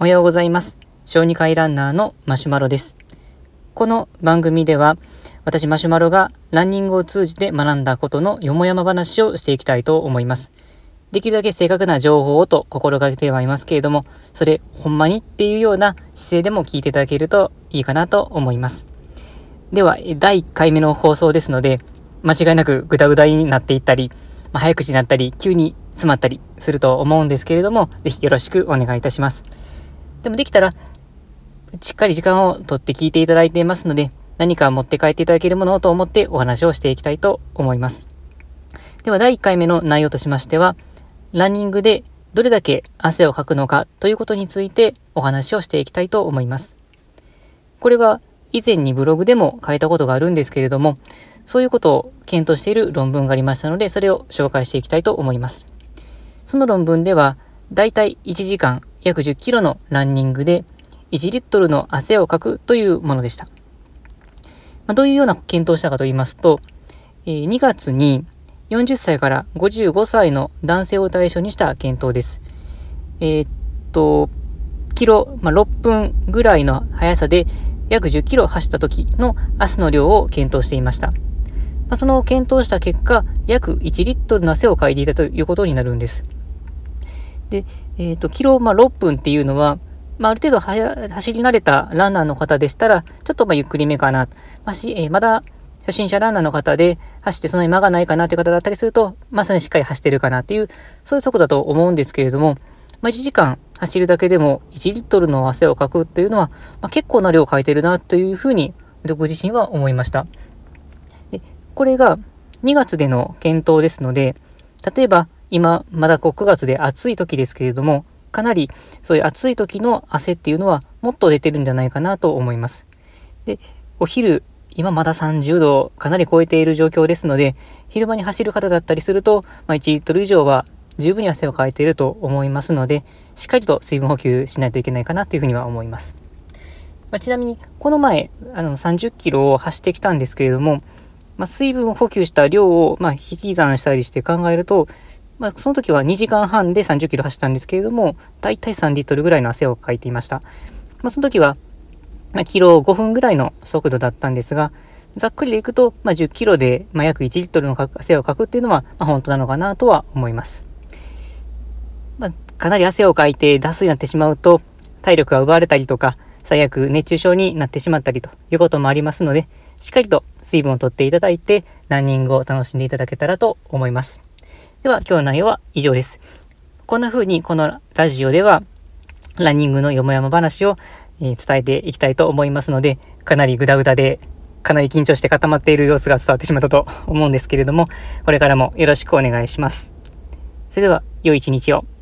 おはようございます。小児科医ランナーのマシュマロです。この番組では私マシュマロがランニングを通じて学んだことのよもやま話をしていきたいと思います。できるだけ正確な情報をと心がけてはいますけれども、それほんまにっていうような姿勢でも聞いていただけるといいかなと思います。では第1回目の放送ですので、間違いなくグダグダになっていったり、早口になったり急に詰まったりすると思うんですけれども、ぜひよろしくお願いいたします。でもできたらしっかり時間をとって聞いていただいていますので、何か持って帰っていただけるものをと思ってお話をしていきたいと思います。では第1回目の内容としましては、ランニングでどれだけ汗をかくのかということについてお話をしていきたいと思います。これは以前にブログでも書いたことがあるんですけれども、そういうことを検討している論文がありましたので、それを紹介していきたいと思います。その論文では、だいたい1時間約10キロのランニングで1リットルの汗をかくというものでした。どういうような検討をしたかと言いますと、2月に40歳から55歳の男性を対象にした検討です。キロ、6分ぐらいの速さで約10キロ走った時の汗の量を検討していました。その検討した結果、約1リットルの汗をかいていたということになるんです。で、キロ、6分っていうのは、ある程度走り慣れたランナーの方でしたら、ちょっとゆっくりめかな。まだ初心者ランナーの方で走ってそんなに間がないかなという方だったりすると、まさにしっかり走ってるかなっていう、そういう速度だと思うんですけれども、1時間走るだけでも1リットルの汗をかくっていうのは、結構な量をかいてるなというふうに僕自身は思いました。で、これが2月での検討ですので、例えば今まだ9月で暑い時ですけれども、かなりそういう暑い時の汗っていうのはもっと出てるんじゃないかなと思います。で、お昼、今まだ30度をかなり超えている状況ですので、昼間に走る方だったりすると、1リットル以上は十分に汗をかいていると思いますので、しっかりと水分補給しないといけないかなというふうには思います。ちなみにこの前30キロを走ってきたんですけれども、水分補給した量を引き算したりして考えると、その時は2時間半で30キロ走ったんですけれども、だいたい3リットルぐらいの汗をかいていました。その時はキロ5分ぐらいの速度だったんですが、ざっくりでいくと、10キロで、約1リットルの汗をかくっていうのは、本当なのかなとは思います。かなり汗をかいて脱水になってしまうと、体力が奪われたりとか、最悪熱中症になってしまったりということもありますので、しっかりと水分を取っていただいて、ランニングを楽しんでいただけたらと思います。では、今日の内容は以上です。こんな風にこのラジオでは、ランニングのよもやま話を伝えていきたいと思いますので、かなりグダグダで、かなり緊張して固まっている様子が伝わってしまったと思うんですけれども、これからもよろしくお願いします。それでは、良い一日を。